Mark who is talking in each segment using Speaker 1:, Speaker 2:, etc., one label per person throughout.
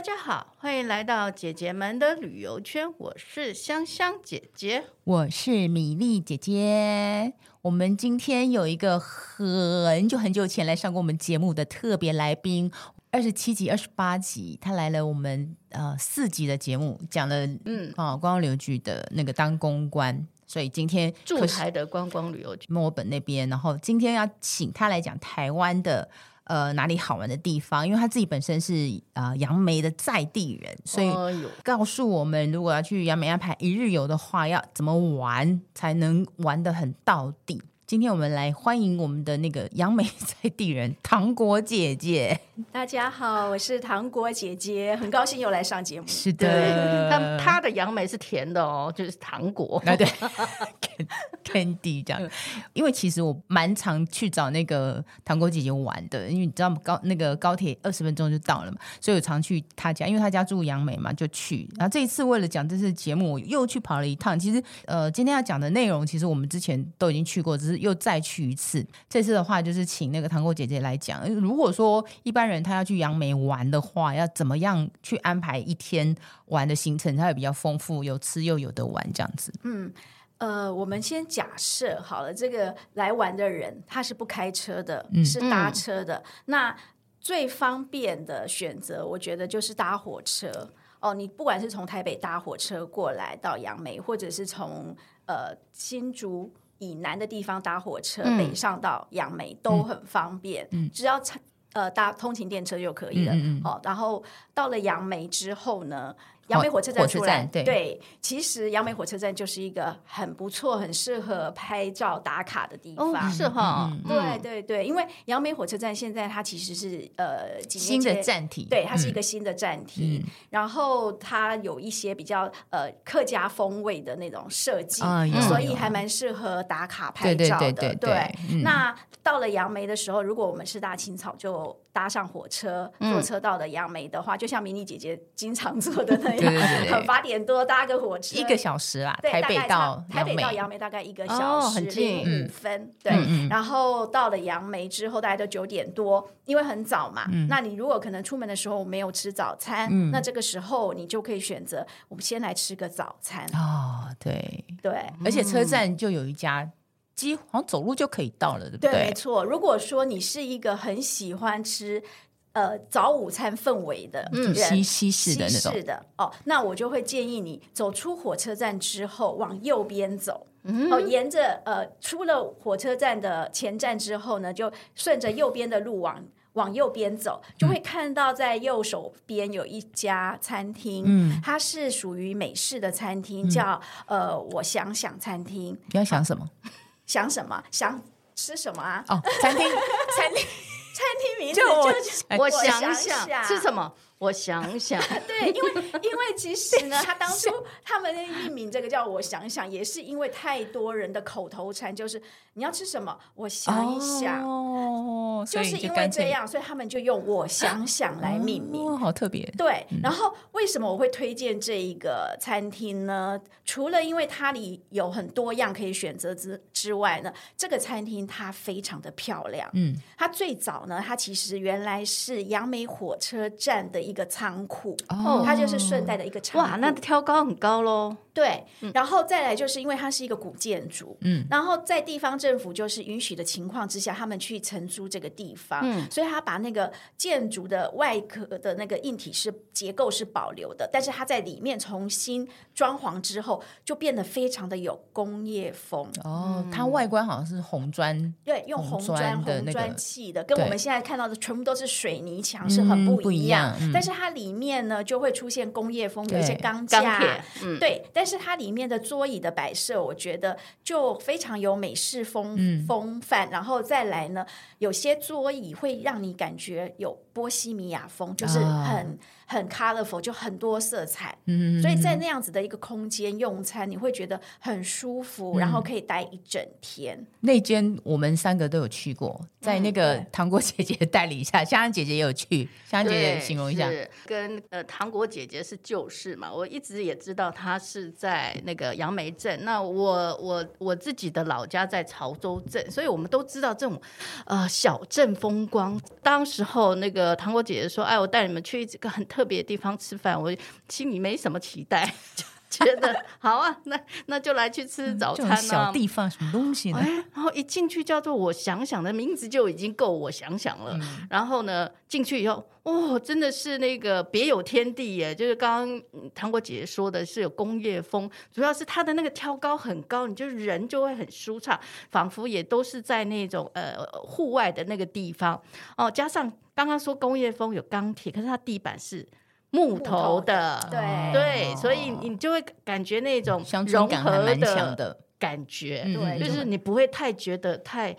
Speaker 1: 家好，欢迎来到姐姐们的旅游圈，我是香香姐姐，
Speaker 2: 我是米粒姐姐。我们今天有一个很久前来上过我们节目的特别来宾，27集、28集，他来了我们4集的节目，讲了观光旅游局的那个当公关，所以今天
Speaker 1: 驻台的观光旅游局
Speaker 2: 墨尔本那边，然后今天要请他来讲台湾的哪里好玩的地方，因为他自己本身是杨梅的在地人，所以告诉我们如果要去杨梅安排一日游的话，要怎么玩才能玩得很到地。今天我们来欢迎我们的那个杨梅在地人糖果姐姐。
Speaker 3: 大家好，我是糖果姐姐，很高兴又来上节目。
Speaker 2: 是的，
Speaker 1: 他的杨梅是甜的哦，就是糖果
Speaker 2: 对candy 这样。因为其实我蛮常去找那个糖果姐姐玩的，因为你知道那个高铁20分钟就到了嘛，所以我常去她家，因为她家住杨梅嘛，就去。然后这一次为了讲这次节目，我又去跑了一趟。其实今天要讲的内容，其实我们之前都已经去过，只是又再去一次。这次的话就是请那个糖果姐姐来讲，如果说一般人他要去杨梅玩的话，要怎么样去安排一天玩的行程，它会比较丰富，有吃又有得玩这样子。
Speaker 3: 我们先假设好了，这个来玩的人他是不开车的，是搭车的。那最方便的选择，我觉得就是搭火车。你不管是从台北搭火车过来到杨梅，或者是从新竹以南的地方搭火车北上到杨梅，都很方便，只要搭通勤电车就可以了。然后到了杨梅之后呢，杨梅火车站出来，对，其实杨梅火车站就是一个很不错、很适合拍照打卡的地方。
Speaker 1: 是哈，
Speaker 3: 对，因为杨梅火车站现在它其实是几年前
Speaker 2: 新的站体，
Speaker 3: 对，它是一个新的站体，然后它有一些比较客家风味的那种设计，所以还蛮适合打卡拍照的。对，那到了杨梅的时候，如果我们是搭青草，就搭上火车，坐车到了杨梅的话，就像迷你姐姐经常做的那样，8点多搭个火车，1个小时啦，台北到杨梅大概1个小时05分，对。然后到了杨梅之后，大概都9点多，因为很早嘛。那你如果可能出门的时候没有吃早餐，那这个时候你就可以选择，我们先来吃个早餐。
Speaker 2: 对，
Speaker 3: 而
Speaker 2: 且车站就有一家。好像走路就可以到了，对不对？
Speaker 3: 对，没错。如果说你是一个很喜欢吃早午餐氛围的人，
Speaker 2: 西式的那种
Speaker 3: 那我就会建议你走出火车站之后往右边走。沿着出了火车站的前站之后呢，就顺着右边的路往右边走，就会看到在右手边有一家餐厅，它是属于美式的餐厅，叫我想想餐厅。
Speaker 2: 你要想什么？
Speaker 3: 想什么？想吃什么啊？
Speaker 2: 餐厅
Speaker 3: 名字就
Speaker 1: 我想想吃什么？我想想，
Speaker 3: 对，因为其实呢，他当初他们命名这个叫我想想，也是因为太多人的口头禅就是你要吃什么，我想一想，就是因为这样，所以他们就用我想想来命名，
Speaker 2: 好特别。
Speaker 3: 对，然后为什么我会推荐这一个餐厅呢？除了因为它里有很多样可以选择之外呢，这个餐厅它非常的漂亮。它最早呢，它其实原来是杨梅火车站的一个仓库，它就是顺带的一个仓库。
Speaker 1: 哇，那挑高很高咯。
Speaker 3: 对，然后再来就是因为它是一个古建筑，然后在地方政府就是允许的情况之下，他们去承租这个地方，所以他把那个建筑的外壳的那个硬体结构是保留的，但是它在里面重新装潢之后，就变得非常的有工业风。
Speaker 2: 它外观好像是红砖，
Speaker 3: 对，用红砖砌的，跟我们现在看到的全部都是水泥墙，是很不一样。但是它里面呢就会出现工业风，有一些钢
Speaker 1: 铁，
Speaker 3: 对。但是它里面的桌椅的摆设，我觉得就非常有美式风范。然后再来呢，有些桌椅会让你感觉有波西米亚风，就是很 colorful， 就很多色彩。所以在那样子的一个空间用餐，你会觉得很舒服，然后可以待一整天。
Speaker 2: 那间我们3个都有去过，在那个糖果姐姐带领下，香香姐姐也有去。香香姐姐形容一下，
Speaker 1: 跟糖果姐姐是旧识嘛，我一直也知道她是在那个杨梅镇。那我自己的老家在潮州镇，所以我们都知道这种小镇风光。当时候那个个糖果姐姐说，哎，我带你们去这个很特别的地方吃饭，我心里没什么期待。觉得好啊，那就来去吃早餐啊。
Speaker 2: 这种小地方什么东西呢？
Speaker 1: 然后一进去叫做我想想的名字就已经够我想想了。然后呢，进去以后，真的是那个别有天地耶！就是刚刚糖果姐姐说的是有工业风，主要是它的那个挑高很高，你就是人就会很舒畅，仿佛也都是在那种户外的那个地方哦。加上刚刚说工业风有钢铁，可是它地板是木头的，对，所以你就会感觉那种融合的感觉，就是你不会太觉得太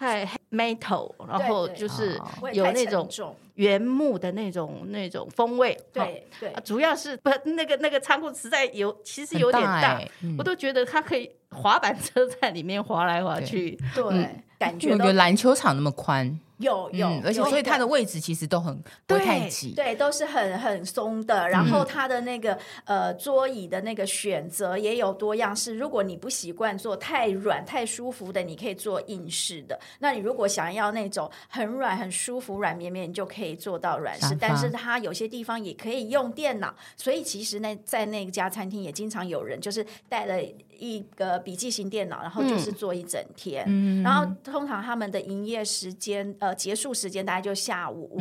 Speaker 1: metal， 然后就是有那种原木的那种风味。
Speaker 3: 对，
Speaker 1: 主要是那个仓库实在其实有点大，我都觉得它可以滑板车在里面滑来滑去。
Speaker 3: 对，感觉
Speaker 2: 有篮球场那么宽。
Speaker 3: 有，
Speaker 2: 而且所以它的位置其实都很不会太挤，
Speaker 3: 对，都是很松的。然后它的那个桌椅的那个选择也有多样式。如果你不习惯坐太软太舒服的，你可以坐硬式的。那你如果想要那种很软很舒服软绵绵，你就可以坐到软式。但是它有些地方也可以用电脑，所以其实在那家餐厅也经常有人就是带了一个笔记型电脑，然后就是坐一整天。然后通常他们的营业时间结束时间大概就下午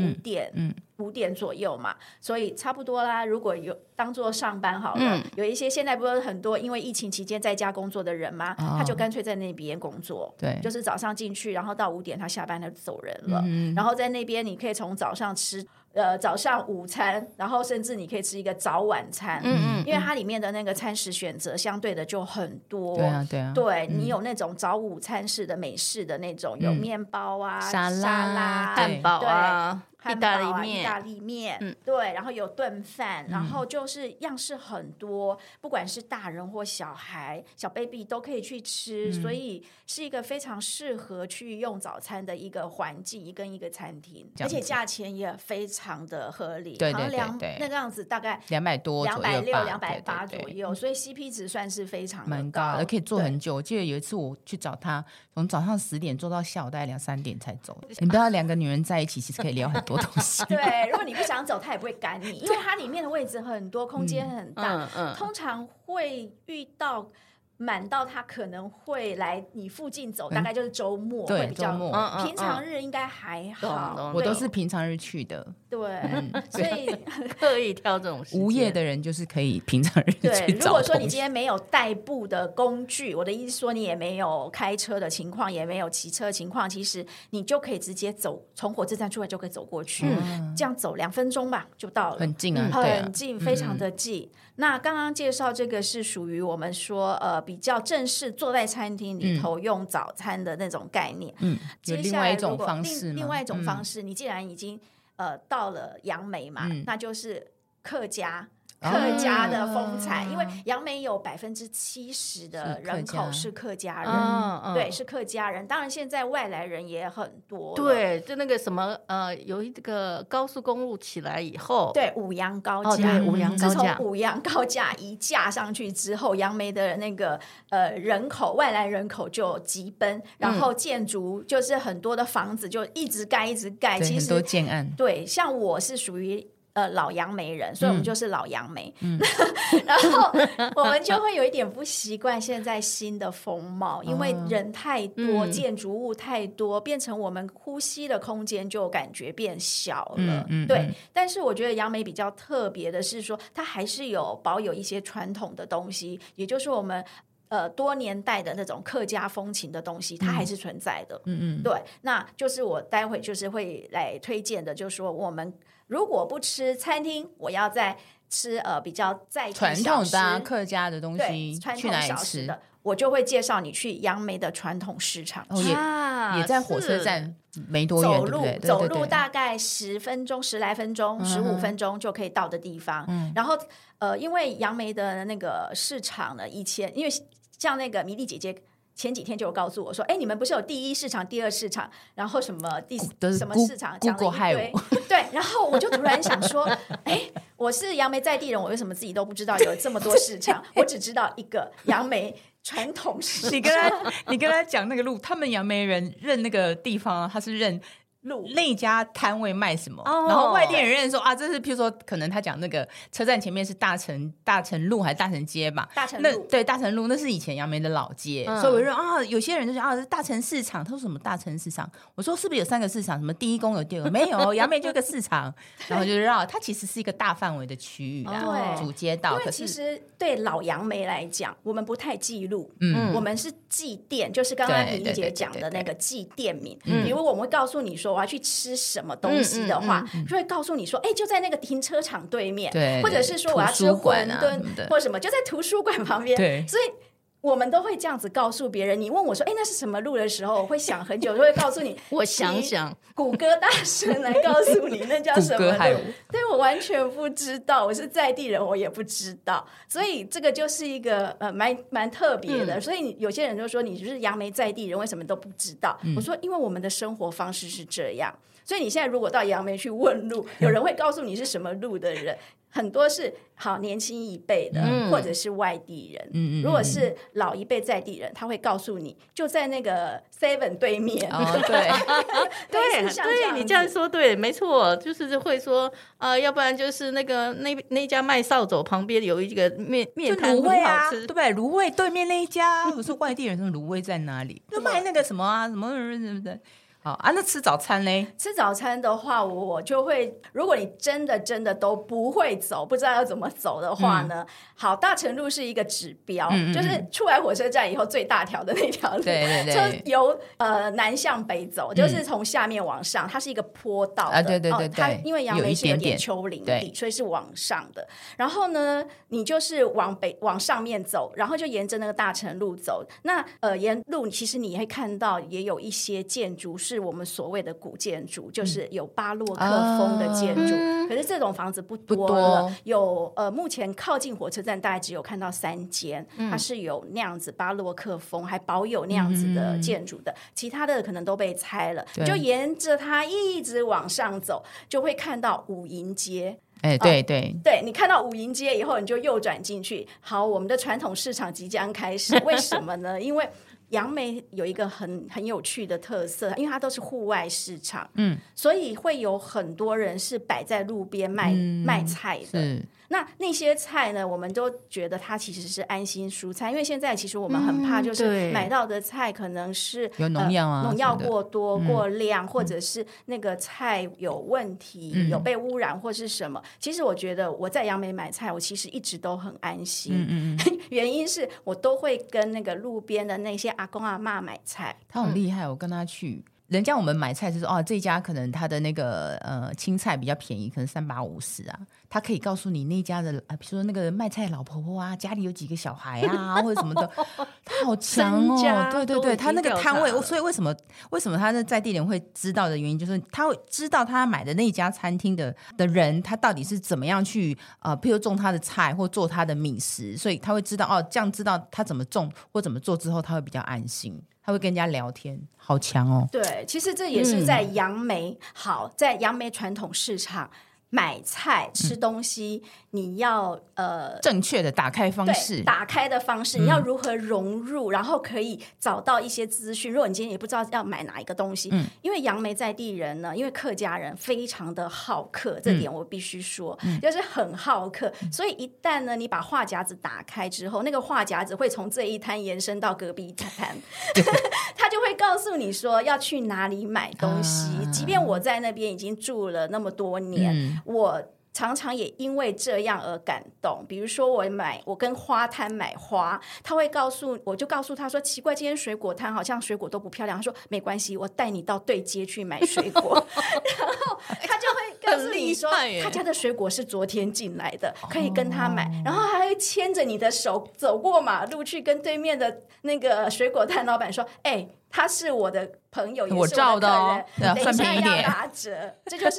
Speaker 3: 5点左右嘛，所以差不多啦。如果有当做上班好了，有一些现在不是很多因为疫情期间在家工作的人嘛，他就干脆在那边工作，
Speaker 2: 对，
Speaker 3: 就是早上进去，然后到5点他下班他就走人了。然后在那边你可以从早上吃早上午餐，然后甚至你可以吃一个早晚餐，因为它里面的那个餐食选择相对的就很多。对，你有那种早午餐式的美式的那种，有面包啊、沙拉、
Speaker 1: 汉堡啊、意大
Speaker 3: 利面，对，然后有炖饭，然后就是样式很多，不管是大人或小孩、小 baby 都可以去吃，所以是一个非常适合去用早餐的一个环境跟一个餐厅，而且价钱也非常的合理，
Speaker 2: 对，
Speaker 3: 那个样子大概
Speaker 2: 200多、
Speaker 3: 260、280左右，所以 CP 值算是非常的
Speaker 2: 蛮高的，可以坐很久。我记得有一次我去找他，从早上10点坐到下午大概2-3点才走。你不知道2个女人在一起其实可以聊很多东西。
Speaker 3: 对，如果你不想走他也不会赶你，因为它里面的位置很多，空间很大，通常会遇到满到他可能会来你附近走，大概就是周末会比较，平常日应该还好。
Speaker 2: 我都是平常日去的，
Speaker 3: 对，所以
Speaker 1: 刻意挑这种时间。
Speaker 2: 无业的人就是可以平常日去找东西。
Speaker 3: 如果说你今天没有代步的工具，我的意思说你也没有开车的情况，也没有骑车的情况，其实你就可以直接走，从火车站出来就可以走过去，这样走2分钟吧就到了，
Speaker 2: 很近啊，
Speaker 3: 很近，非常的近。那刚刚介绍这个是属于我们说比较正式坐在餐厅里头用早餐的那种概念。
Speaker 2: 有另外一种方式吗？
Speaker 3: 另外一种方式，你既然已经到了杨梅嘛，那就是客家的风采，因为杨梅有70%的人口是客家人，对，是客家人。当然，现在外来人也很多。
Speaker 1: 对，就那个什么有一个高速公路起来以后，
Speaker 3: 对，五杨高架，自从五杨高架一架上去之后，杨梅的那个外来人口就急奔，然后建筑就是很多的房子就一直盖，其实
Speaker 2: 很多建案。
Speaker 3: 对，像我是属于老杨梅人，所以我们就是老杨梅。然后我们就会有一点不习惯现在新的风貌，因为人太多，建筑物太多，变成我们呼吸的空间就感觉变小了。对，但是我觉得杨梅比较特别的是说，它还是保有一些传统的东西，也就是我们多年代的那种客家风情的东西，它还是存在的。对，那就是我待会就是会来推荐的，就是说我们如果不吃餐厅，我要在吃比较在
Speaker 2: 传统的客家的东西，
Speaker 3: 去哪里吃的，我就会介绍你去杨梅的传统市场
Speaker 2: 也在火车站没多远，
Speaker 3: 走路大概10来分钟15分钟就可以到的地方。然后因为杨梅的那个市场呢，以前因为像那个米粒姐姐前几天就有告诉我说，你们不是有第1市场、第2市场，然后什么什么市场，讲了一堆。对，然后我就突然想说，我是杨梅在地人，我为什么自己都不知道有这么多市场？我只知道一个杨梅传统市场。
Speaker 2: 你跟他讲那个路，他们杨梅人认那个地方，他是认
Speaker 3: 路
Speaker 2: 那一家摊位卖什么，然后外地人认识说啊，这是譬如说可能他讲那个车站前面是大成路还是大成街吧，
Speaker 3: 大成路，
Speaker 2: 对，大成路那是以前杨梅的老街，所以我就说啊，有些人就讲啊，是大成市场，他说什么大成市场，我说是不是有3个市场，什么第一公有第二个没有，杨梅就一个市场，然后就绕它其实是一个大范围的区域啦，主街道。
Speaker 3: 因为其实对老杨梅来讲，我们不太记录，我们是记店，就是刚刚李姐讲的那个记店名，比如我们会告诉你说我要去吃什么东西的话，就会告诉你说，哎，就在那个停车场对面，或者是说我要吃馄饨或什么，就在图书馆旁边，所以我们都会这样子告诉别人。你问我说，哎，那是什么路的时候，我会想很久，就会告诉你，
Speaker 1: 我想想，
Speaker 3: 谷歌大神来告诉你那叫什么路。对，我完全不知道，我是在地人，我也不知道。所以这个就是一个蛮特别的。所以有些人就说，你就是杨梅在地人，为什么都不知道？我说，因为我们的生活方式是这样。所以你现在如果到杨梅去问路，有人会告诉你是什么路的人，很多是好年轻一辈的，或者是外地人。如果是老一辈在地人，他会告诉你，就在那个 7 对面。
Speaker 1: 对，你这样说对，没错，就是会说要不然就是那家卖扫帚旁边有一个面摊很好吃，
Speaker 2: 对不对？芦荟对面那一家，我说外地人说芦荟在哪里？就卖那个什么啊，什么的。好啊，那吃早餐嘞？
Speaker 3: 吃早餐的话，我就会，如果你真的都不会走，不知道要怎么走的话呢，好，大成路是一个指标，就是出来火车站以后最大条的那条路，
Speaker 2: 对，
Speaker 3: 就由南向北走，就是从下面往上，它是一个坡道的，
Speaker 2: 对，
Speaker 3: 它因为杨梅是有点丘陵地，所以是往上的。然后呢，你就是往上面走，然后就沿着那个大成路走。那沿路其实你会看到也有一些建筑是我们所谓的古建筑，就是有巴洛克风的建筑，可是这种房子不多了。有目前靠近火车站大概只有看到3间，它是有那样子巴洛克风，还保有那样子的建筑的，其他的可能都被拆了。就沿着它一直往上走，就会看到武营街。对，你看到武营街以后，你就右转进去。好，我们的传统市场即将开始。为什么呢？因为杨梅有一个很有趣的特色，因为它都是户外市场，所以会有很多人是摆在路边卖菜的。那些菜呢，我们都觉得它其实是安心蔬菜，因为现在其实我们很怕，就是买到的菜可能是
Speaker 2: 有农药啊，
Speaker 3: 农药过多、过量，或者是那个菜有问题、有被污染或是什么。其实我觉得我在杨梅买菜，我其实一直都很安心。原因是我都会跟那个路边的那些阿公阿嬷买菜。
Speaker 2: 他很厉害，我跟他去。人家我们买菜就是说，这家可能他的那个青菜比较便宜，可能350啊。他可以告诉你那家的比如说那个卖菜老婆婆啊，家里有几个小孩啊，或者什么的，他好强哦。对，他那个摊位，所以为什么他在地人会知道的原因，就是他会知道他买的那家餐厅的人，他到底是怎么样去譬如种他的菜或做他的米食，所以他会知道这样知道他怎么种或怎么做之后，他会比较安心。他会跟人家聊天，好强哦。
Speaker 3: 对，其实这也是在杨梅在杨梅传统市场买菜吃东西，你要
Speaker 2: 正确的打开方式，
Speaker 3: 你要如何融入，然后可以找到一些资讯。如果你今天也不知道要买哪一个东西，因为杨梅在地人呢，因为客家人非常的好客，这点我必须说，就是很好客，所以一旦呢你把话匣子打开之后，那个话匣子会从这一摊延伸到隔壁摊，他就会告诉你说要去哪里买东西。即便我在那边已经住了那么多年，我常常也因为这样而感动。比如说我跟花摊买花，我就告诉他说，奇怪，今天水果摊好像水果都不漂亮。他说没关系，我带你到对街去买水果。然后他就会告诉你说他家的水果是昨天进来的，可以跟他买。然后还会牵着你的手走过马路，去跟对面的那个水果摊老板说，他是我的朋友，也是我的客人，等一下要打折。这就是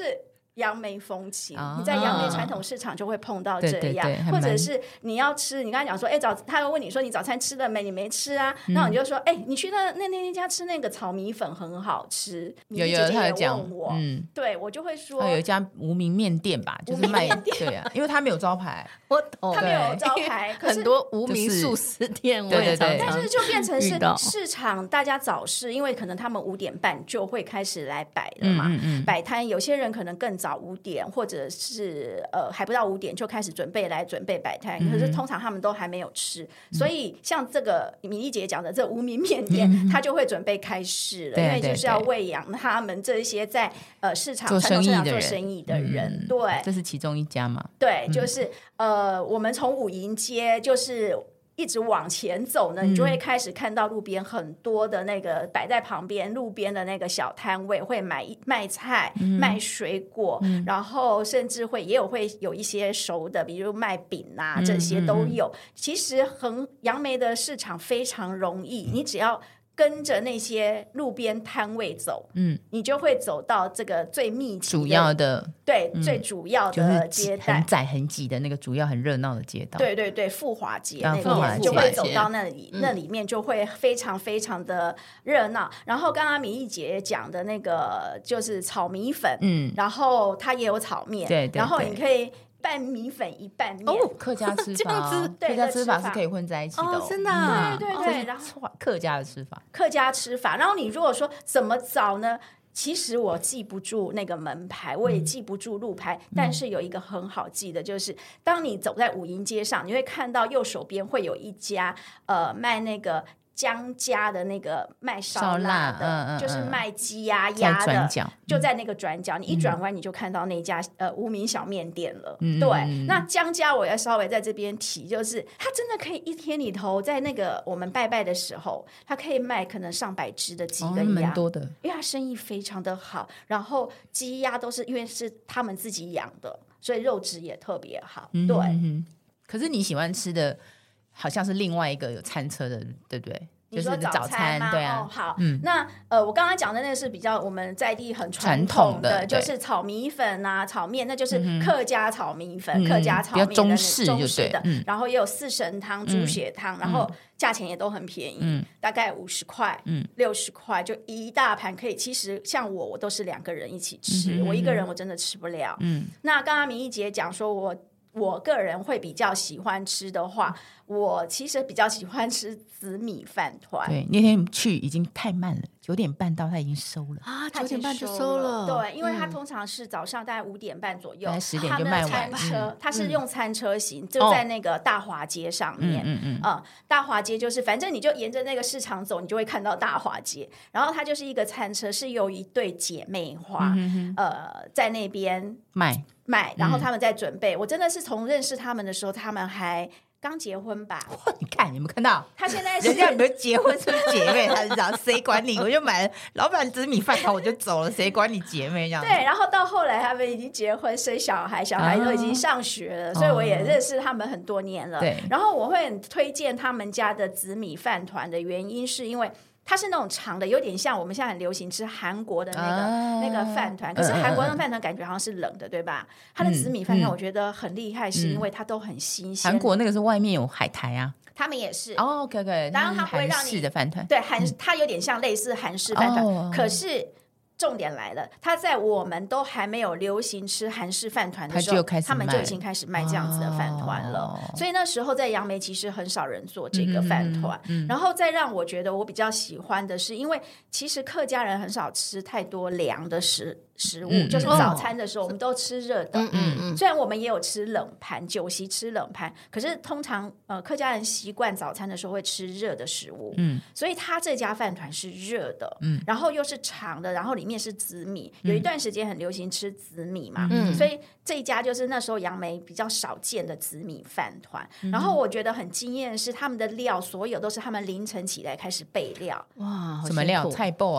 Speaker 3: 杨梅风情，你在杨梅传统市场就会碰到这样，对对对，或者是你要吃，你刚才讲说，他会问你说你早餐吃了没？你没吃啊，那你就说，你去那家吃那个炒米粉很好吃，
Speaker 2: 有
Speaker 3: 他有问我，对我就会说，
Speaker 2: 有一家无名面店吧，就是卖对啊，因为他没有招牌，
Speaker 3: 他没有招牌，可是
Speaker 1: 很多无名素食店，
Speaker 2: 对，
Speaker 3: 但是就变成是市场大家早市，因为可能他们5点半就会开始来摆了嘛，摆摊，有些人可能更早5点，或者是还不到5点就开始准备摆摊，可是通常他们都还没有吃，所以像这个米粒姐讲的这无名面店，他就会准备开市了，因为就是要喂养他们这些在市场传统市场做生意的人，对，
Speaker 2: 这是其中一家嘛？
Speaker 3: 对，就是我们从武营街就是一直往前走呢，你就会开始看到路边很多的那个摆在旁边路边的那个小摊位，会卖菜、卖水果，然后甚至会有一些熟的，比如卖饼啊，这些都有。其实杨梅的市场非常容易，你只要跟着那些路边摊位走，你就会走到这个最密集的
Speaker 2: 主要的，
Speaker 3: 对，最主要的街带，
Speaker 2: 很窄很挤的那个主要很热闹的街道，
Speaker 3: 对对对，富华街那边就会走到那里，那里面就会非常非常的热闹。然后刚刚米粒姐讲的那个就是炒米粉，然后它也有炒面，
Speaker 2: 对，
Speaker 3: 然后你可以半米粉一半面，
Speaker 2: 客家吃法，
Speaker 1: 这样子，
Speaker 2: 客家吃法是可以混在一起的，
Speaker 1: 真的，
Speaker 3: 对对对，然后
Speaker 2: 客家的吃法，
Speaker 3: 然后你如果说怎么找呢？其实我记不住那个门牌，我也记不住路牌，但是有一个很好记的，就是当你走在武营街上，你会看到右手边会有一家卖那个江家的那个卖烧腊的，就是卖鸡鸭鸭的，就在那个转角，你一转弯你就看到那家无名小面店了。对，那江家我要稍微在这边提，就是他真的可以一天里头在那个我们拜拜的时候，他可以卖可能上百只的鸡跟鸭，
Speaker 2: 蛮多的，
Speaker 3: 因为他生意非常的好，然后鸡鸭都是因为是他们自己养的，所以肉质也特别好。对，
Speaker 2: 可是你喜欢吃的好像是另外一个有餐车的，对不对？
Speaker 3: 你说早餐吗？
Speaker 2: 对啊，
Speaker 3: 好，那我刚刚讲的那个是比较我们在地很传统的，就是炒米粉啊、炒面，那就是客家炒米粉、客家炒面的
Speaker 2: 中式
Speaker 3: 的，然后也有四神汤、猪血汤，然后价钱也都很便宜，大概50块、60块就一大盘可以。其实像我都是2个人一起吃，我一个人我真的吃不了。那刚刚米粒姐讲说我个人会比较喜欢吃的话，我其实比较喜欢吃紫米饭团。
Speaker 2: 对，那天去已经太慢了，9点半到，它已经收了
Speaker 1: 啊，9点半就收了。
Speaker 3: 对，因为它通常是早上大概5点半左右，
Speaker 2: 大概10点就卖完。
Speaker 3: 它是用餐车型，就在那个大华街上面。大华街就是反正你就沿着那个市场走，你就会看到大华街。然后它就是一个餐车，是有一对姐妹花，在那边卖，然后他们在准备。我真的是从认识他们的时候，他们还刚结婚吧？
Speaker 2: 你看有没有看到？
Speaker 3: 他现在
Speaker 2: 人家有没有结婚是不是姐妹？他知道谁管你？我就买了老板紫米饭团，我就走了，谁管你姐妹这样子？
Speaker 3: 对，然后到后来他们已经结婚生小孩，小孩都已经上学了，所以我也认识他们很多年了。对，然后我会很推荐他们家的紫米饭团的原因，是因为它是那种长的，有点像我们现在很流行吃韩国的那个饭团，可是韩国的饭团感觉好像是冷的，对吧？它的紫米饭团我觉得很厉害，是因为它都很新鲜。
Speaker 2: 韩国那个是外面有海苔啊，
Speaker 3: 他们也是。
Speaker 2: OK，
Speaker 3: 然后它不会让你
Speaker 2: 韩式的饭团，
Speaker 3: 对它有点像类似韩式饭团，可是。重点来了，他在我们都还没有流行吃韩式饭团的时候，他们就已经开始卖这样子的饭团了。所以那时候在杨梅其实很少人做这个饭团。然后再让我觉得我比较喜欢的是，因为其实客家人很少吃太多凉的食物，就是早餐的时候我们都吃热的。虽然我们也有吃冷盘，酒席吃冷盘，可是通常客家人习惯早餐的时候会吃热的食物。所以他这家饭团是热的，然后又是长的，然后里面是紫米。有一段时间很流行吃紫米嘛，所以这一家就是那时候杨梅比较少见的紫米饭团。然后我觉得很惊艳的是，他们的料所有都是他们凌晨起来开始备料。
Speaker 1: 哇，
Speaker 2: 什么料？菜脯啊？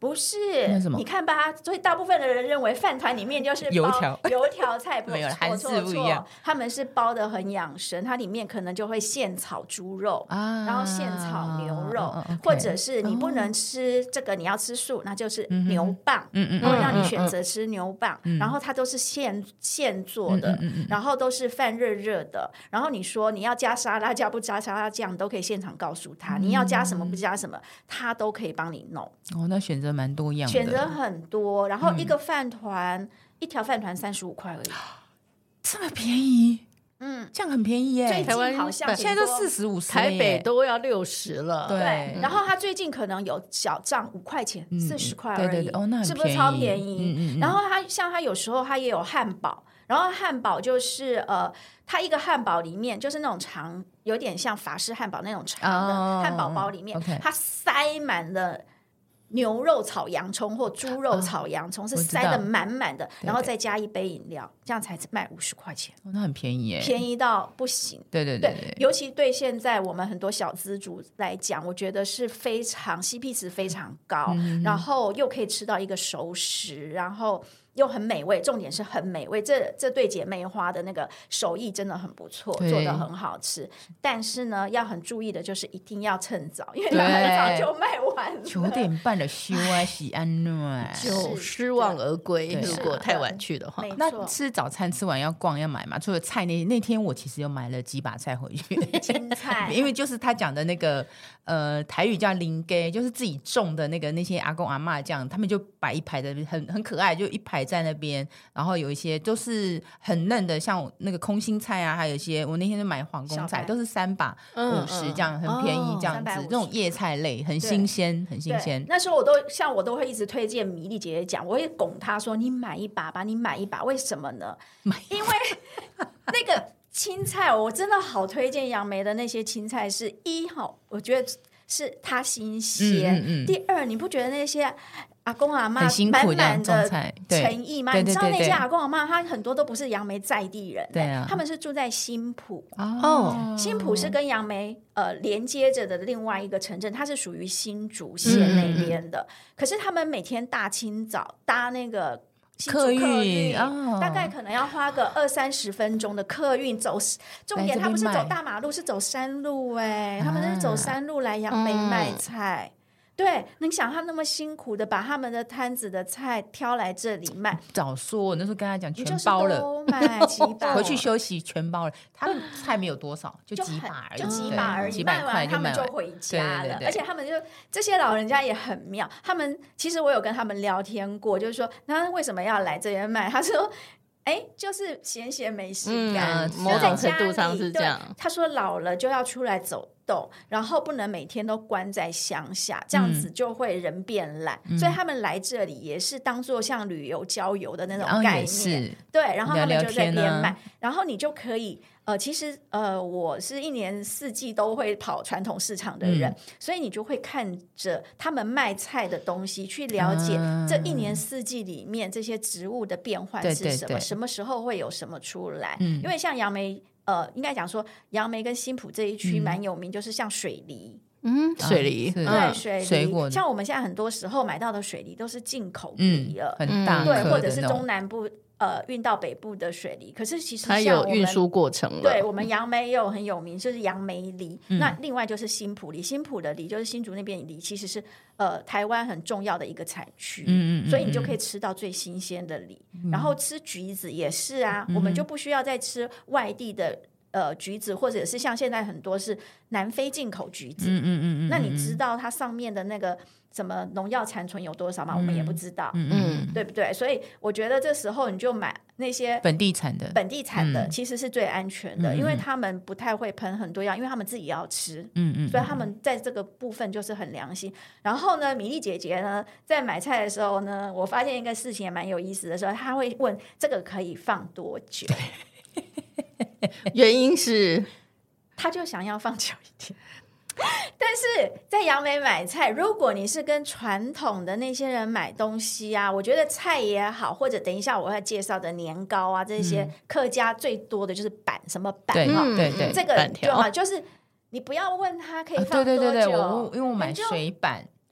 Speaker 3: 不是
Speaker 2: 什么？
Speaker 3: 你看吧，所以大部分的人认为饭团里面就是
Speaker 2: 油
Speaker 3: 条菜，
Speaker 2: 没有，韩式不一样，
Speaker 3: 他们是包的很养生，它里面可能就会现炒猪肉然后现炒牛肉或者是你不能吃这个，你要吃素，那就是牛蒡然后让你选择吃牛蒡然后它都是现做的然后都是饭热热的，然后你说你要加沙拉加不加沙拉酱都可以现场告诉他你要加什么不加什么，他都可以帮你弄。
Speaker 2: 那选择蛮多样的，
Speaker 3: 选择很多，然后一个饭团一条饭团35块而已，
Speaker 2: 这么便宜？这样很便宜耶！
Speaker 3: 最近好像
Speaker 2: 现在都40-50，
Speaker 1: 台北都要60了。
Speaker 3: 对，然后他最近可能有小涨5块钱，40块而已，
Speaker 2: 那
Speaker 3: 是不是超便宜？然后他有时候他也有汉堡，然后汉堡就是它一个汉堡里面就是那种长，有点像法式汉堡那种长的汉堡包里面，它塞满了牛肉炒洋葱或猪肉炒洋葱，是塞得满满的，然后再加一杯饮料，这样才卖50块钱。
Speaker 2: 那很便宜耶，
Speaker 3: 便宜到不行。对，尤其对现在我们很多小资主来讲，我觉得是非常 CP 值非常高，然后又可以吃到一个熟食，然后又很美味，重点是很美味。这对姐妹花的那个手艺真的很不错，做得很好吃。但是呢，要很注意的就是一定要趁早，因为它很早就卖完了。
Speaker 2: 9点半的休息安暖，
Speaker 1: 就失望而归。如果太晚去的话，
Speaker 2: 那吃早餐吃完要逛要买嘛？除了菜那天我其实有买了几把菜回去，
Speaker 3: 青菜，
Speaker 2: 因为就是他讲的那个台语叫林给，就是自己种的那些阿公阿嬷这样，他们就摆一排的很可爱，就一排在那边，然后有一些都是很嫩的，像那个空心菜啊，还有一些我那天就买皇宫菜，都是3把50这样，很便宜这样子，这种叶菜类很新鲜，很新鲜。
Speaker 3: 那时候我都会一直推荐米粒姐姐讲，我会拱她说你买一把吧，你买一把，为什么呢？因为那个青菜我真的好推荐杨梅的那些青菜，是我觉得是它新鲜，第二你不觉得那些阿公阿嬷满满的诚意吗？你知道那些阿公阿嬷他很多都不是杨梅在地人，他们是住在新埔新埔是跟杨梅连接着的另外一个城镇，它是属于新竹县那边的，可是他们每天大清早搭那个客运大概可能要花个20-30分钟的客运走，重点他不是走大马路，是走山路他们是走山路来杨梅卖菜。对，你想他那么辛苦的把他们的摊子的菜挑来这里卖，
Speaker 2: 早说我那时候跟他讲全包了，
Speaker 3: 都买几把
Speaker 2: 回去休息全包了，他们菜没有多少，就几把而已，
Speaker 3: 就几把而已，
Speaker 2: 几百块
Speaker 3: 他们就回家了。而且他们就这些老人家也很妙，他们其实我有跟他们聊天过，就是说那为什么要来这边卖？他说就是闲没事干，
Speaker 1: 某种程度上是这样。
Speaker 3: 他说老了就要出来走动，然后不能每天都关在乡下，这样子就会人变懒，所以他们来这里也是当做像旅游郊游的那种概念，对，然后他们就在边卖，然后你就可以其实我是1年4季都会跑传统市场的人，所以你就会看着他们卖菜的东西去了解这1年4季里面这些植物的变换是什么，什么时候会有什么出来，因为像杨梅应该讲说杨梅跟新埔这一区蛮有名，就是像水梨
Speaker 1: 水梨，
Speaker 3: 对，水
Speaker 2: 果，
Speaker 3: 像我们现在很多时候买到的水梨都是进口梨了，
Speaker 2: 很大，
Speaker 3: 对，或者是中南部运到北部的水梨，可是其实
Speaker 1: 它有运输过程了。
Speaker 3: 对，我们杨梅也有很有名，就是杨梅梨。那另外就是新埔梨，新埔的梨就是新竹那边梨，其实是台湾很重要的一个产区，所以你就可以吃到最新鲜的梨。然后吃橘子也是啊，我们就不需要再吃外地的橘子，或者是像现在很多是南非进口橘子。那你知道它上面的那个什么农药残存有多少吗？我们也不知道，对不对？所以我觉得这时候你就买那些
Speaker 2: 本地产的
Speaker 3: 其实是最安全的，因为他们不太会喷很多药，因为他们自己要吃，所以他们在这个部分就是很良心。然后呢，米粒姐姐呢在买菜的时候呢，我发现一个事情也蛮有意思的时候，她会问这个可以放多久？
Speaker 1: 原因是
Speaker 3: 他就想要放久一点。但是在杨梅买菜，如果你是跟传统的那些人买东西啊，我觉得菜也好，或者等一下我要介绍的年糕啊，这些客家最多的就是板，什么板，
Speaker 2: 对，
Speaker 3: 这个就好，就是你不要问他可以放多久，
Speaker 2: 对，因为我买水板。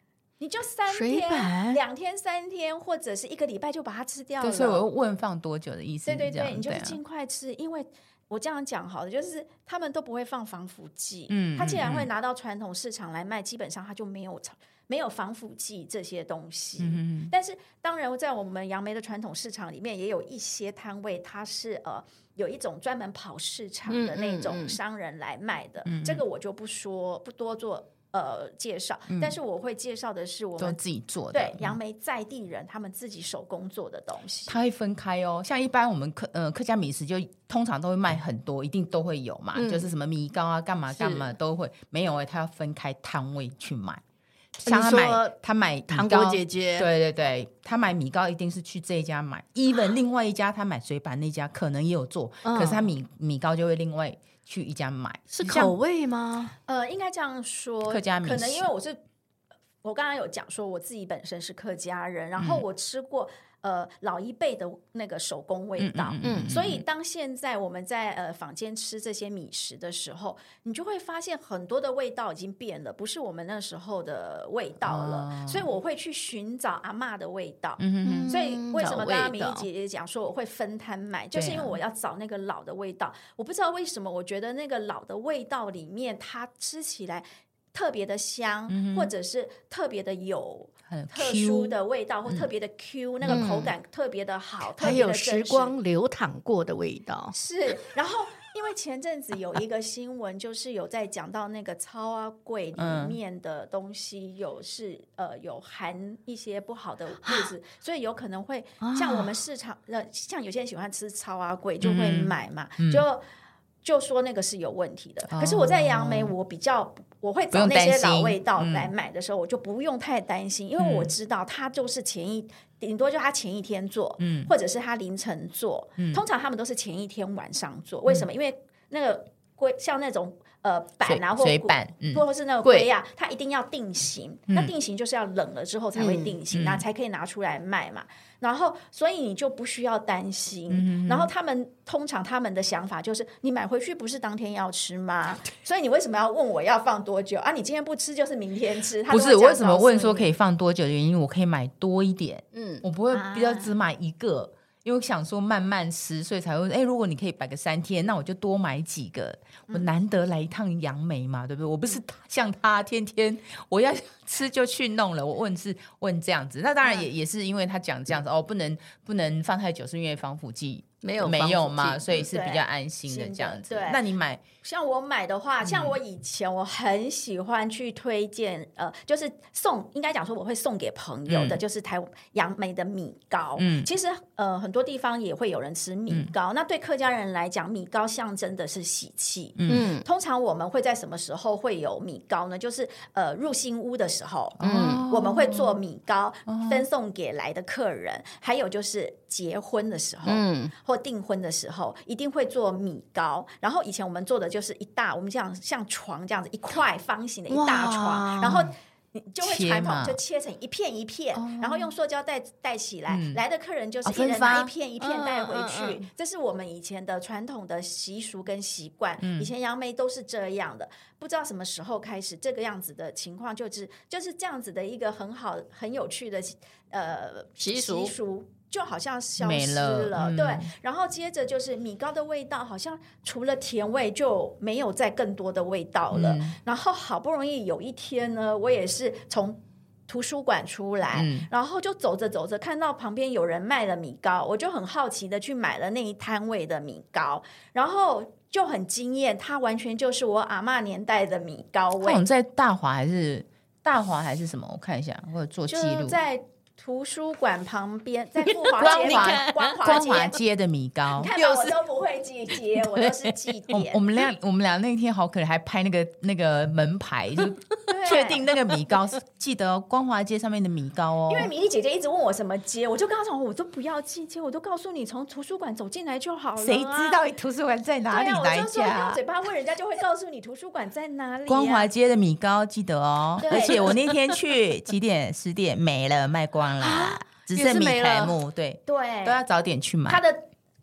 Speaker 3: 你就3天、2天、3天，或者是1个礼拜就把它吃掉了。
Speaker 2: 对，所以我问放多久的意思？
Speaker 3: 对，你就是尽快吃，因为我这样讲好的，就是他们都不会放防腐剂。他既然会拿到传统市场来卖，基本上他就没有防腐剂这些东西。但是当然在我们杨梅的传统市场里面也有一些摊位，它是有一种专门跑市场的那种商人来卖的。这个我就不多做介绍，但是我会介绍的是我们
Speaker 2: 自己做的，
Speaker 3: 对杨梅在地人他们自己手工做的东西。
Speaker 2: 它会分开哦，像一般我们客家米食就通常都会卖很多，一定都会有嘛，就是什么米糕啊干嘛干嘛都会。没有他要分开摊位去买。像他买
Speaker 1: 糖果姐姐，
Speaker 2: 对，他买米糕一定是去这一家买。even 另外一家他买水板那家可能也有做，可是他米糕就会另外去一家买。
Speaker 1: 是口味吗？
Speaker 3: 应该这样说，
Speaker 2: 客家米食。
Speaker 3: 可能因为我刚刚有讲说我自己本身是客家人，然后我吃过老一辈的那个手工味道，所以当现在我们在坊间吃这些米食的时候，你就会发现很多的味道已经变了，不是我们那时候的味道了，所以我会去寻找阿嬷的味道。所以为什么刚刚米粒姐姐讲说我会分摊买，就是因为我要找那个老的味道。我不知道为什么，我觉得那个老的味道里面，它吃起来特别的香，或者是特别的有特殊的味道，或特别的 Q，那个口感特别的好，
Speaker 1: 还有时光流淌过的味道。
Speaker 3: 是，然后因为前阵子有一个新闻，就是有在讲到那个草啊柜里面的东西有含一些不好的物质，所以有可能会像我们市场像有些人喜欢吃草啊柜就会买嘛，就说那个是有问题的。可是我在杨梅我会找那些老味道来买的时候，我就不用太担心，因为我知道它就是顶多就他前一天做，或者是他凌晨做，通常他们都是前一天晚上做。为什么？因为那个像那种板啊或
Speaker 2: 水板，
Speaker 3: 或是那个龟啊，它一定要定型。那定型就是要冷了之后才会定型，那才可以拿出来卖嘛。然后所以你就不需要担心。然后通常他们的想法就是，你买回去不是当天要吃吗？所以你为什么要问我要放多久啊？你今天不吃就是明天吃。
Speaker 2: 不是，我为什么问说可以放多久的原因，我可以买多一点，我不会比较只买一个。因为我想说慢慢吃，所以才会如果你可以摆个3天，那我就多买几个。我难得来一趟杨梅嘛，对不对？我不是像他天天我要吃就去弄了。我问这样子，那当然也是因为他讲这样子不能放太久，是因为防腐剂没有嘛，所以是比较安心的这样子。那你买
Speaker 3: 像我买的话，像我以前我很喜欢去推荐就是应该讲说我会送给朋友的，就是杨梅的米糕。其实很多地方也会有人吃米糕，那对客家人来讲，米糕象征的是喜气。通常我们会在什么时候会有米糕呢？就是入新屋的时候，我们会做米糕分送给来的客人，还有就是结婚的时候，或订婚的时候一定会做米糕。然后以前我们做的就是我们这样像床这样子一块方形的一大床，然后你就会传统就切成一片一片，然后用塑胶袋带起来，来的客人就是一人拿一片一片带回去。这是我们以前的传统的习俗跟习惯，以前杨梅都是这样的。不知道什么时候开始，这个样子的情况就是这样子的一个很好很有趣的习俗就好像消失了。对，然后接着就是米糕的味道好像除了甜味就没有再更多的味道了。然后好不容易有一天呢，我也是从图书馆出来，然后就走着走着看到旁边有人卖了米糕，我就很好奇的去买了那一摊位的米糕，然后就很惊艳，它完全就是我阿嬷年代的米糕味。
Speaker 2: 你在大华还是什么？我看一下，或者做记录。
Speaker 3: 就在图书馆旁边，在富华街光华
Speaker 2: 街的米糕，
Speaker 3: 你看到我都不会记街，我都是记点。
Speaker 2: 我们俩那天好可能还拍那个门牌，就确定那个米糕记得光华街上面的米糕哦。
Speaker 3: 因为米粒姐姐一直问我什么街，我就跟她说我都不要记街，我都告诉你从图书馆走进来就好了。
Speaker 2: 谁知道图书馆在哪里？哪一家？
Speaker 3: 用嘴巴问人家就会告诉你图书馆在哪里。
Speaker 2: 光华街的米糕记得哦，而且我那天去几点？10点没了，卖光了，只剩米苔木，对，
Speaker 3: 都
Speaker 2: 要早点去买。
Speaker 3: 它的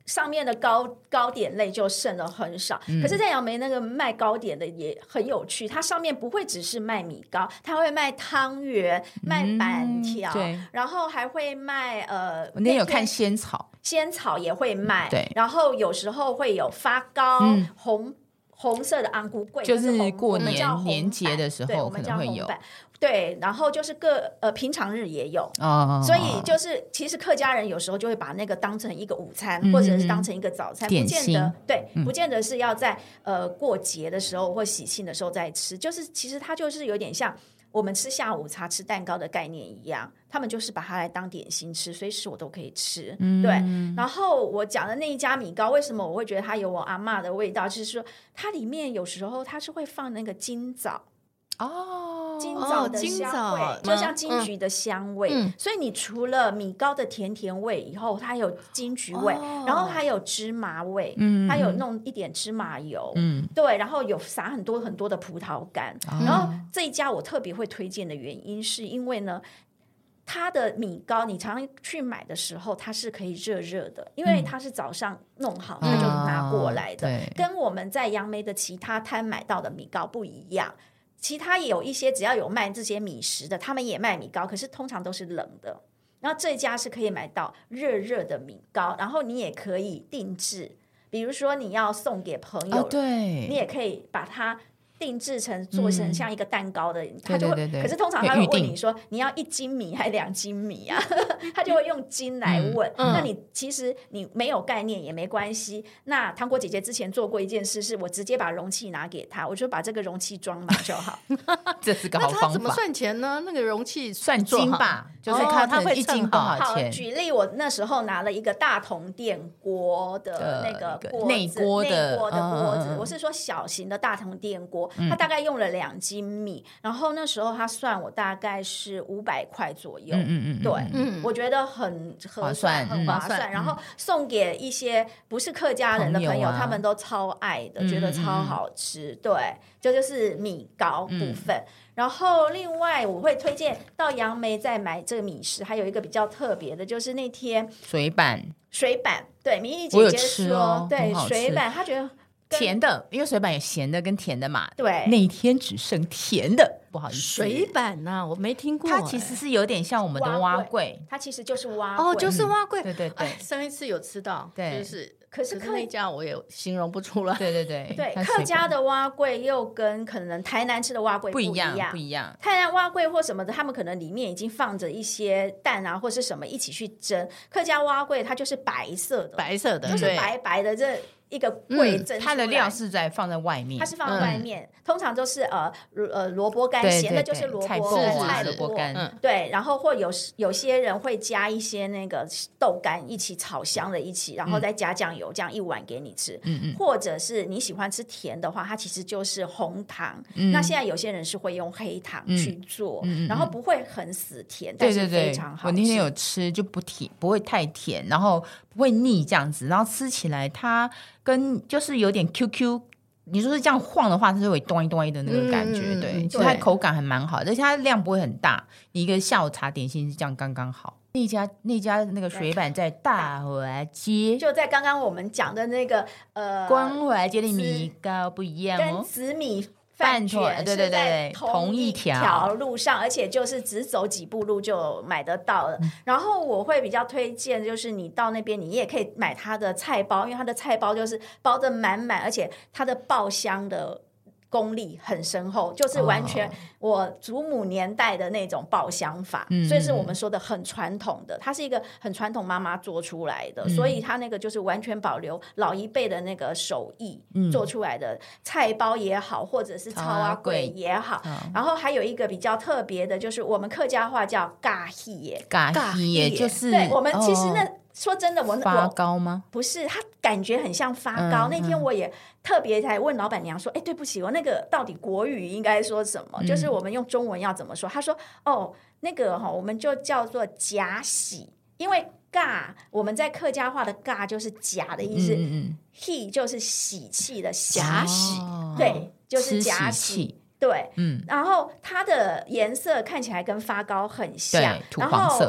Speaker 3: 上面的糕点类就剩的很少，可是在杨梅那个卖糕点的也很有趣，它上面不会只是卖米糕，它会卖汤圆、卖板条，然后还会卖
Speaker 2: 我那天有看仙草
Speaker 3: 也会卖，
Speaker 2: 对，
Speaker 3: 然后有时候会有发糕、红色的安菇桂，
Speaker 2: 就是过年节的时候可能会有。
Speaker 3: 对，然后就是平常日也有，所以就是其实客家人有时候就会把那个当成一个午餐，或者是当成一个早餐，
Speaker 2: 不见得
Speaker 3: 不见得是要在过节的时候或喜庆的时候再吃，就是其实它就是有点像我们吃下午茶吃蛋糕的概念一样，他们就是把它来当点心吃，随时我都可以吃。对，然后我讲的那一家米糕，为什么我会觉得它有我阿嬷的味道，就是说它里面有时候它是会放那个金枣。金枣的香味，就像金桔的香味，所以你除了米糕的甜甜味以后，它有金桔味，然后还有芝麻味，它有弄一点芝麻油，对，然后有撒很多很多的葡萄干，然后这一家我特别会推荐的原因是因为呢，它的米糕你常常去买的时候它是可以热热的，因为它是早上弄好它就拿过来的，跟我们在杨梅的其他摊买到的米糕不一样。其他也有一些只要有卖这些米食的，他们也卖米糕，可是通常都是冷的。然后这家是可以买到热热的米糕，然后你也可以定制，比如说你要送给朋友，你也可以把它定制成做成像一个蛋糕的，他就会，可是通常他会问你说你要1斤米还2斤米啊？他就会用斤来问。那你其实你没有概念也没关系。那糖果姐姐之前做过一件事，是我直接把容器拿给他，我就把这个容器装满就好。
Speaker 2: 这是个好方法。
Speaker 1: 那他怎么算钱呢？那个容器
Speaker 2: 算斤吧，就是他会1斤多少钱？
Speaker 3: 举例，我那时候拿了一个大同电锅的那个
Speaker 2: 内锅的锅
Speaker 3: 子，我是说小型的大同电锅。他大概用了2斤米，然后那时候他算我大概是500块左右。对，我觉得很合算，很划算。然后送给一些不是客家人的朋友，他们都超爱的，觉得超好吃。对，这就是米糕部分。然后另外我会推荐到杨梅再买这个米食，还有一个比较特别的，就是那天
Speaker 2: 水板。
Speaker 3: 对，明义姐姐说，对，水板，她觉得。
Speaker 2: 甜的，因为水板有咸的跟甜的嘛。
Speaker 3: 对，
Speaker 2: 那一天只剩甜的，不好意思。
Speaker 1: 水板啊，我没听过。
Speaker 2: 它其实是有点像我们的蛙桂，
Speaker 3: 它其实就是蛙桂。
Speaker 1: 就是蛙桂。
Speaker 2: 对，
Speaker 1: 上一次有吃到，
Speaker 2: 对，
Speaker 1: 就是。
Speaker 3: 可是
Speaker 1: 那家我也形容不出来。
Speaker 2: 对，
Speaker 3: 客家的蛙桂又跟可能台南吃的蛙桂不一样。台南蛙桂或什么的，他们可能里面已经放着一些蛋啊，或是什么一起去蒸。客家蛙桂它就是白色的，就是白白的这。一个桂蒸，
Speaker 2: 它的料是放在外面，
Speaker 3: 它是放在外面，通常都是萝卜干，咸的就是萝卜干、
Speaker 2: 萝卜干，
Speaker 3: 对，然后或有些人会加一些那个豆干一起炒香的一起，然后再加酱油，这样一碗给你吃。或者是你喜欢吃甜的话，它其实就是红糖。那现在有些人是会用黑糖去做，然后不会很死甜，但是非常好吃。
Speaker 2: 我那天有吃，就不会太甜，然后不会腻这样子，然后吃起来它跟就是有点 QQ， 你说是这样晃的话，它就会咚一咚一的那个感觉。对，其实它口感还蛮好的，而且它量不会很大，你一个下午茶点心是这样刚刚好。那家那个水板在大华街，
Speaker 3: 就在刚刚我们讲的那个
Speaker 2: 光华街的米糕不一样
Speaker 3: 跟紫米饭卷是在同一条路上，而且就是只走几步路就买得到了。然后我会比较推荐，就是你到那边你也可以买它的菜包，因为它的菜包就是包得满满，而且它的爆香的功力很深厚，就是完全我祖母年代的那种爆香法，所以是我们说的很传统的，它是一个很传统妈妈做出来的，所以它那个就是完全保留老一辈的那个手艺做出来的菜包也好，或者是草仔粿也好。然后还有一个比较特别的，就是我们客家话叫咖戏耶，
Speaker 2: 咖戏耶就是
Speaker 3: 对我们其实那。说真的，
Speaker 2: 发糕吗？
Speaker 3: 不是，它感觉很像发糕。那天我也特别才问老板娘说：“对不起，我那个到底国语应该说什么？就是我们用中文要怎么说？”她说：“那个我们就叫做假喜，因为尬我们在客家话的尬就是假的意思，he 就是喜气的假喜，对，就是假喜。”对，然后它的颜色看起来跟发糕很像，
Speaker 2: 土黄色。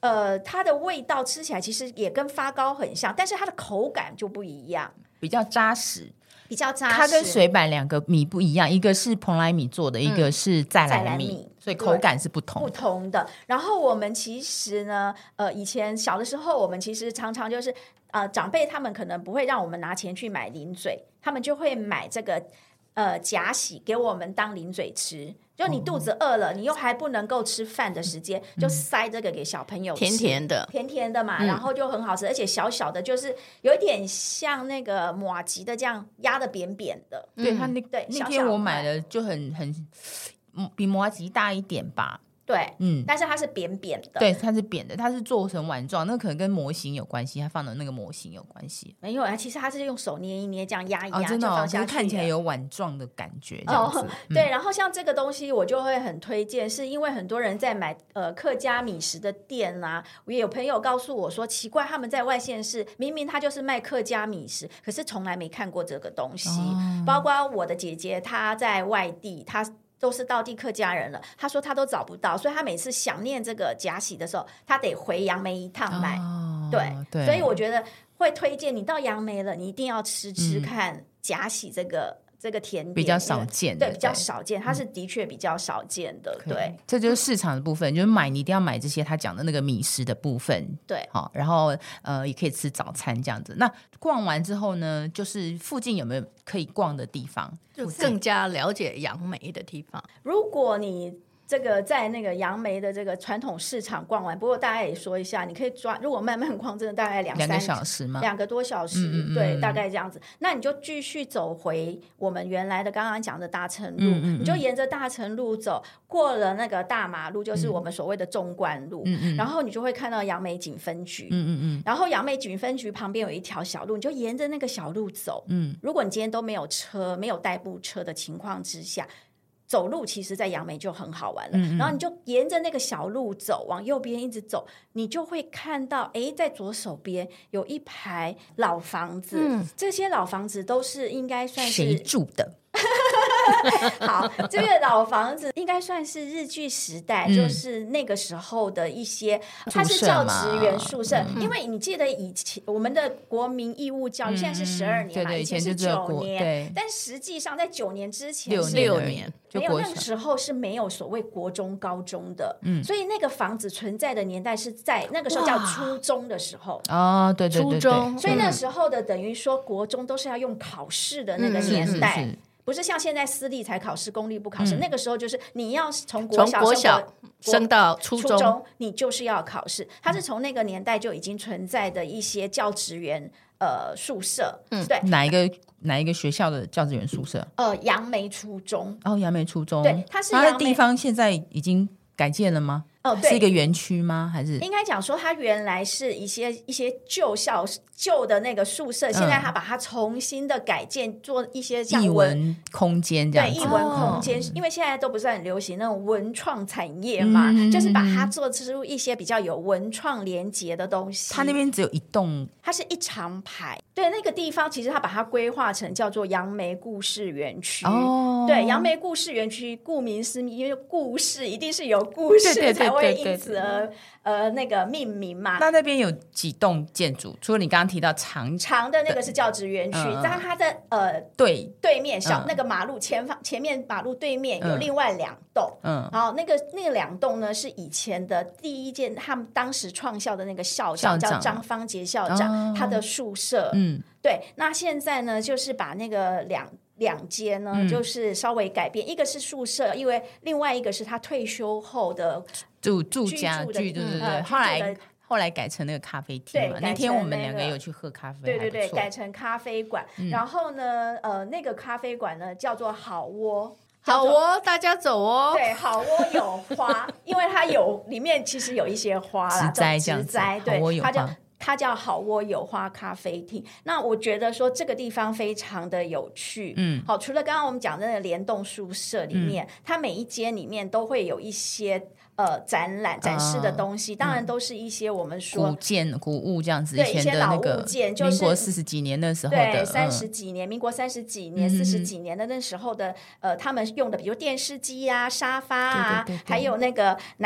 Speaker 3: 它的味道吃起来其实也跟发糕很像，但是它的口感就不一样，
Speaker 2: 比较扎实。
Speaker 3: 比较扎实，
Speaker 2: 它跟水板两个米不一样，一个是蓬莱米做的，一个是在来米，所以口感是不同
Speaker 3: 的。然后我们其实呢，以前小的时候，我们其实常常就是长辈他们可能不会让我们拿钱去买零嘴，他们就会买这个夹喜给我们当零嘴吃。就你肚子饿了，你又还不能够吃饭的时间，就塞这个给小朋友吃，
Speaker 1: 甜
Speaker 3: 甜的嘛，然后就很好吃，而且小小的，就是有一点像那个麻糬的这样压的扁扁的。
Speaker 2: 对，它那天我买的就很比麻糬大一点吧。
Speaker 3: 对，但是它是扁扁的，
Speaker 2: 对，它是扁的，它是做成碗状，那可能跟模型有关系，它放的那个模型有关系。
Speaker 3: 没有啊，其实它是用手捏一捏，这样压一压，
Speaker 2: 真的
Speaker 3: 就放下去，
Speaker 2: 看起来有碗状的感觉，这样子。
Speaker 3: 对，然后像这个东西，我就会很推荐，是因为很多人在买客家米食的店啊，我也有朋友告诉我说，奇怪，他们在外县市明明他就是卖客家米食，可是从来没看过这个东西。包括我的姐姐，她在外地，她都是道地客家人了，他说他都找不到，所以他每次想念这个夹喜的时候，他得回杨梅一趟买。对，所以我觉得会推荐你到杨梅了，你一定要吃看夹喜这个甜点，
Speaker 2: 比较少见的，
Speaker 3: 对，比较少见，它是的确比较少见的。对，
Speaker 2: 这就是市场的部分，就是买你一定要买这些他讲的那个米食的部分。
Speaker 3: 对，
Speaker 2: 好，然后也可以吃早餐这样子。那逛完之后呢，就是附近有没有可以逛的地方，
Speaker 1: 就更加了解杨梅的地方？
Speaker 3: 如果你这个在那个杨梅的这个传统市场逛完，不过大家也说一下，你可以抓，如果慢慢逛，真的大概
Speaker 2: 2个小时吗
Speaker 3: ？2个多小时，对，大概这样子。那你就继续走回我们原来的刚刚讲的大成路，你就沿着大成路走，过了那个大马路，就是我们所谓的纵贯路，然后你就会看到杨梅警分局，然后杨梅警分局旁边有一条小路，你就沿着那个小路走，如果你今天都没有车，没有代步车的情况之下，走路其实在杨梅就很好玩了，然后你就沿着那个小路走，往右边一直走，你就会看到在左手边有一排老房子，这些老房子都是应该算是
Speaker 2: 谁住的？
Speaker 3: 好，这个老房子应该算是日据时代，就是那个时候的一些，它是教职员宿舍。因为你记得以前我们的国民义务教育现在是12年嘛，
Speaker 2: 对，
Speaker 3: 以前是9年，但实际上在9年之前是
Speaker 1: 6年，
Speaker 3: 没有，那个时候是没有所谓国中、高中的，所以那个房子存在的年代是在那个时候叫初中的时候。
Speaker 2: 对，
Speaker 1: 初中，
Speaker 3: 所以那时候的等于说国中都是要用考试的那个年代。不是像现在私立才考试，公立不考试。那个时候就是你要从国小
Speaker 1: 升到初中，
Speaker 3: 你就是要考试。它是从那个年代就已经存在的一些教职员宿舍。对，
Speaker 2: 哪一个学校的教职员宿舍？
Speaker 3: 杨梅初中。
Speaker 2: 杨梅初中。
Speaker 3: 对，它
Speaker 2: 的地方现在已经改建了吗？
Speaker 3: 对，
Speaker 2: 是一个园区吗？还是
Speaker 3: 应该讲说，它原来是一些旧的那个宿舍，现在它把它重新的改建，做一些像
Speaker 2: 艺文空间这样子。
Speaker 3: 对，艺文空间，因为现在都不是很流行那种文创产业嘛，就是把它做出一些比较有文创连结的东西。
Speaker 2: 它那边只有一栋，
Speaker 3: 它是一长排。对，那个地方其实它把它规划成叫做杨梅故事园区。对，杨梅故事园区，顾名思义，因为故事一定是有故事才会因此而那个命名嘛。
Speaker 2: 那边有几栋建筑？除了你刚刚提到长
Speaker 3: 的那个是教职园区，但它的对面那个马路前面马路对面有另外2栋。然后那个2栋呢是以前的第一届他们当时创校的那个校长叫张方杰校长，他的宿舍。对，那现在呢就是把那个两间呢就是稍微改变，一个是宿舍，因为另外一个是他退休后的
Speaker 2: 住家具，对，后来改成那个咖啡厅嘛。那天我们2个有去喝咖啡，
Speaker 3: 对，改成咖啡馆。然后呢那个咖啡馆呢叫做好窝，
Speaker 1: 大家走哦。
Speaker 3: 对，好窝有花，因为它里面其实有一些花啦，植栽，对，它叫好窝有花咖啡厅。那我觉得说这个地方非常的有趣。好，除了刚刚我们讲的那个联动宿舍里面，它每一间里面都会有一些展示的东西，当然都是一些我们说
Speaker 2: 古物这样子，
Speaker 3: 对，一些老物件，就是
Speaker 2: 民国40几年的时候的，
Speaker 3: 对，30几年，民国30几年、40几年的那时候的他们用的，比如电视机啊、沙发啊，还有那个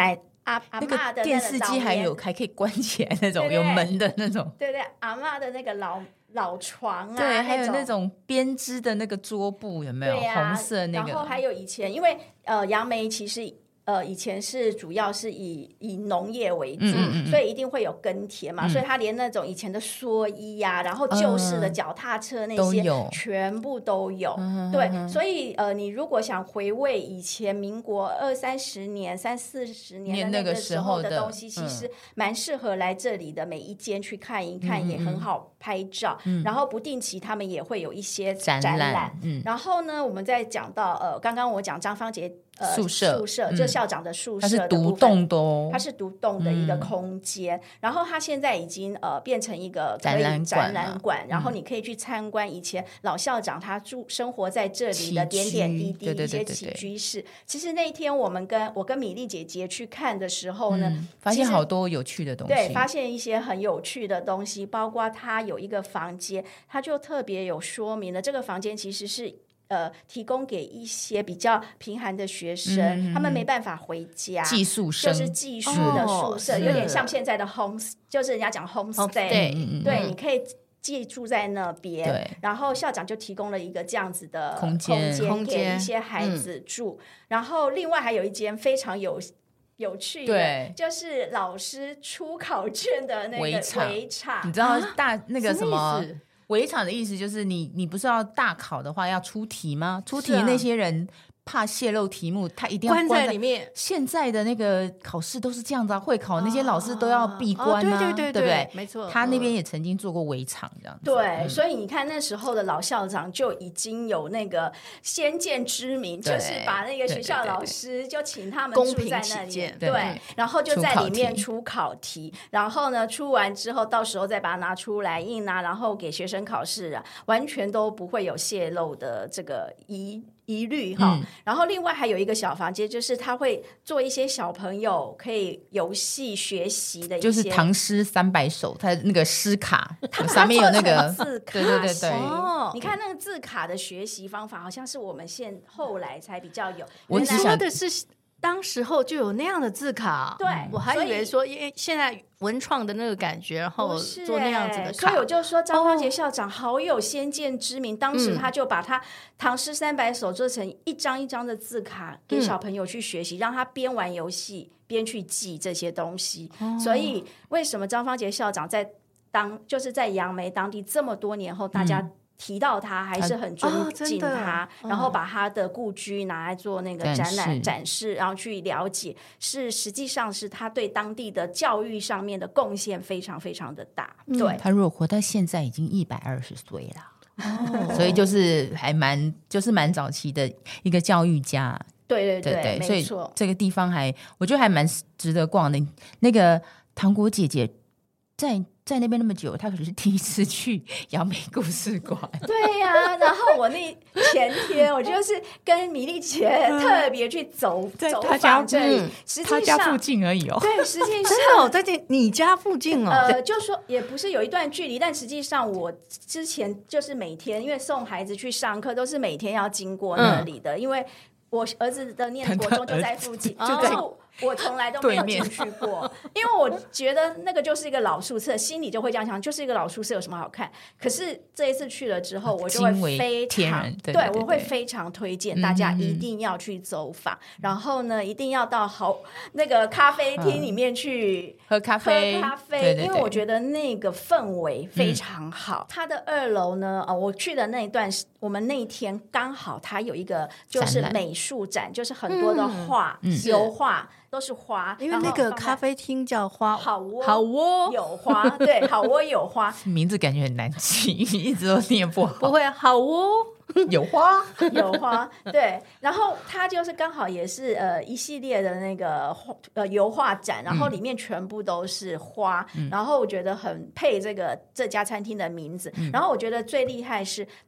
Speaker 3: 阿嬷的
Speaker 2: 电视机还可以关起来那种，对对，有门的那种，
Speaker 3: 对对，阿嬷的那个老床啊，
Speaker 2: 对，还有那种编织的那个桌布，有没有？对红色那个。
Speaker 3: 然后还有以前，因为杨梅其实以前是主要是以农业为主，所以一定会有耕田嘛，所以他连那种以前的蓑衣啊，然后旧式的脚踏车那些全部都有。对，所以你如果想回味以前民国20-30年、30-40年的那个时候的东西，其实蛮适合来这里的每一间去看一看，也很好拍照。然后不定期他们也会有一些展览。然后呢，我们再讲到刚刚我讲张芳杰宿舍就校长的宿舍的部分，它是独栋的哦，它是独栋的一个空间，然后它现在已经变成一个展览馆，然后你可以去参观以前老校长他生活在这里的点点滴滴，一些起居室。其实那一天我跟米粒姐姐去看的时候呢，
Speaker 2: 发现好多有趣的东西，
Speaker 3: 对，发现一些很有趣的东西，包括它有一个房间，它就特别有说明了这个房间其实是提供给一些比较贫寒的学生，他们没办法回家，
Speaker 2: 寄宿生
Speaker 3: 就是寄宿的宿舍，有点像现在的 home， 就是人家讲 homestay， 对，你可以寄住在那边，然后校长就提供了一个这样子的空间给一些孩子住，然后另外还有一间非常有趣的，就是老师出考卷的那个围场，
Speaker 2: 你知道那个什么？围场的意思就是你不是要大考的话要出题吗？出题那些人怕泄露题目，他一定要关
Speaker 1: 在里面。
Speaker 2: 现在的那个考试都是这样子啊，会考那些老师都要闭关啊，
Speaker 1: 对
Speaker 2: 不对？
Speaker 1: 没错。
Speaker 2: 他那边也曾经做过围场这样子。
Speaker 3: 对，所以你看那时候的老校长就已经有那个先见之明，就是把那个学校老师就请他们住在那里，对，然后就在里面出考题，然后呢出完之后，到时候再把它拿出来印啊，然后给学生考试啊，完全都不会有泄露的这个疑虑哈。然后另外还有一个小房间，就是他会做一些小朋友可以游戏学习的一些，
Speaker 2: 就是唐诗300首，他那个诗卡上面有那个
Speaker 3: 字卡，
Speaker 2: 对
Speaker 3: 你看那个字卡的学习方法，好像是我们后来才比较有。
Speaker 1: 我说的是当时候就有那样的字卡，
Speaker 3: 对，
Speaker 1: 我还以为说因为现在文创的那个感觉，然后做那样子的卡。
Speaker 3: 所以我就说张芳杰校长好有先见之明，当时他就把他唐诗300首做成一张一张的字卡给小朋友去学习，让他边玩游戏边去记这些东西。所以为什么张芳杰校长就是在杨梅当地这么多年后，大家提到他还是很尊敬他，然后把他的故居拿来做那个展示，然后去了解，实际上是他对当地的教育上面的贡献非常非常的大。对，
Speaker 2: 他如果活到现在已经120岁了，所以就是蛮早期的一个教育家。
Speaker 3: 对，
Speaker 2: 所以这个地方我觉得还蛮值得逛的。那个糖果姐姐在那边那么久，他可是第一次去杨梅故事馆。
Speaker 3: 对呀，然后我前天我就是跟米粒姐特别去走访这里，实际上
Speaker 2: 他家附近而已哦。
Speaker 3: 对，实际
Speaker 1: 上在你家附近哦。
Speaker 3: 就说也不是有一段距离，但实际上我之前就是每天，因为送孩子去上课都是每天要经过那里的，因为我儿子的念国中就在附近，我从来都没有进去过，因为我觉得那个就是一个老宿舍，心里就会这样想，就是一个老宿舍有什么好看？可是这一次去了之后，我就会非常我会非常推荐大家一定要去走访，然后呢，一定要到那个咖啡厅里面去
Speaker 2: 喝咖啡，
Speaker 3: 因为我觉得那个氛围非常好。它的2楼呢，我去的那一段，我们那一天刚好它有一个就是美术展，就是很多的画、油画。都是花，
Speaker 1: 因为那个咖啡厅叫好窝
Speaker 3: 有花，对，好窝有花，
Speaker 2: 名字感觉很难记，一直都念不好。
Speaker 1: 不会，好窝
Speaker 2: 有花
Speaker 3: 对，然后它就是刚好也是一系列的那个油画展，然后里面全部都是花，然后我觉得很配这家餐厅的名字，然后我觉得最厉害是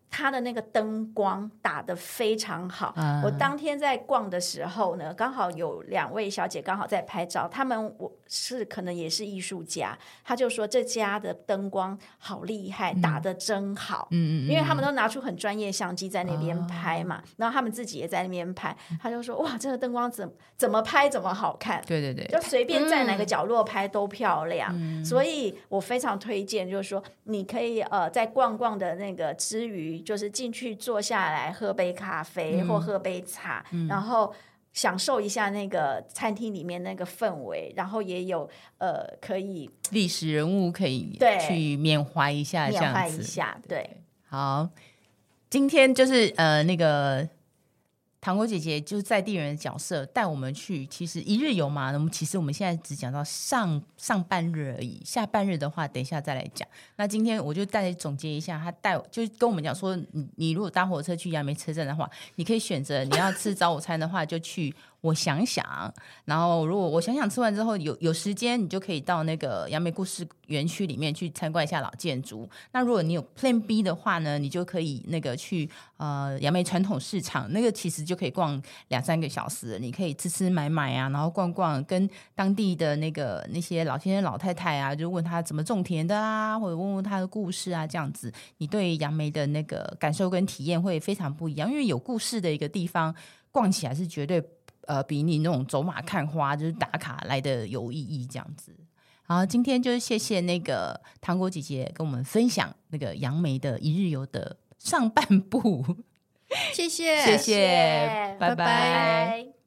Speaker 3: 它的那个灯光打得非常好。我当天在逛的时候呢，刚好有2位小姐刚好在拍照，她们可能也是艺术家，她就说这家的灯光好厉害，打得真好。因为他们都拿出很专业相机在那边拍嘛，然后他们自己也在那边拍，她就说哇，这个灯光怎么拍怎么好看。
Speaker 2: 对对对，
Speaker 3: 就随便在哪个角落拍都漂亮。所以我非常推荐，就是说你可以在逛的那个之余，就是进去坐下来喝杯咖啡或喝杯茶，然后享受一下那个餐厅里面那个氛围，然后也有可以
Speaker 2: 历史人物可以去缅怀一下，这样子缅
Speaker 3: 怀一下。对，
Speaker 2: 好，今天就是那个糖果姐姐就是在地人的角色带我们去，其实一日游嘛，其实我们现在只讲到上半日而已，下半日的话等一下再来讲。那今天我就再总结一下，他就是跟我们讲说，你如果搭火车去杨梅车站的话，你可以选择你要吃早午餐的话就去我想想，然后如果我想想吃完之后有时间，你就可以到那个杨梅故事园区里面去参观一下老建筑。那如果你有 Plan B 的话呢，你就可以那个去杨梅传统市场，那个其实就可以逛2-3个小时，你可以吃买啊，然后逛，跟当地的那些老先生老太太啊，就问他怎么种田的啊，或者问他的故事啊，这样子你对杨梅的那个感受跟体验会非常不一样。因为有故事的一个地方逛起来是绝对比你那种走马看花就是打卡来的有意义这样子。好，今天就是谢谢那个糖果姐姐跟我们分享那个杨梅的一日游的上半部，
Speaker 1: 谢谢，
Speaker 2: 谢谢，拜拜。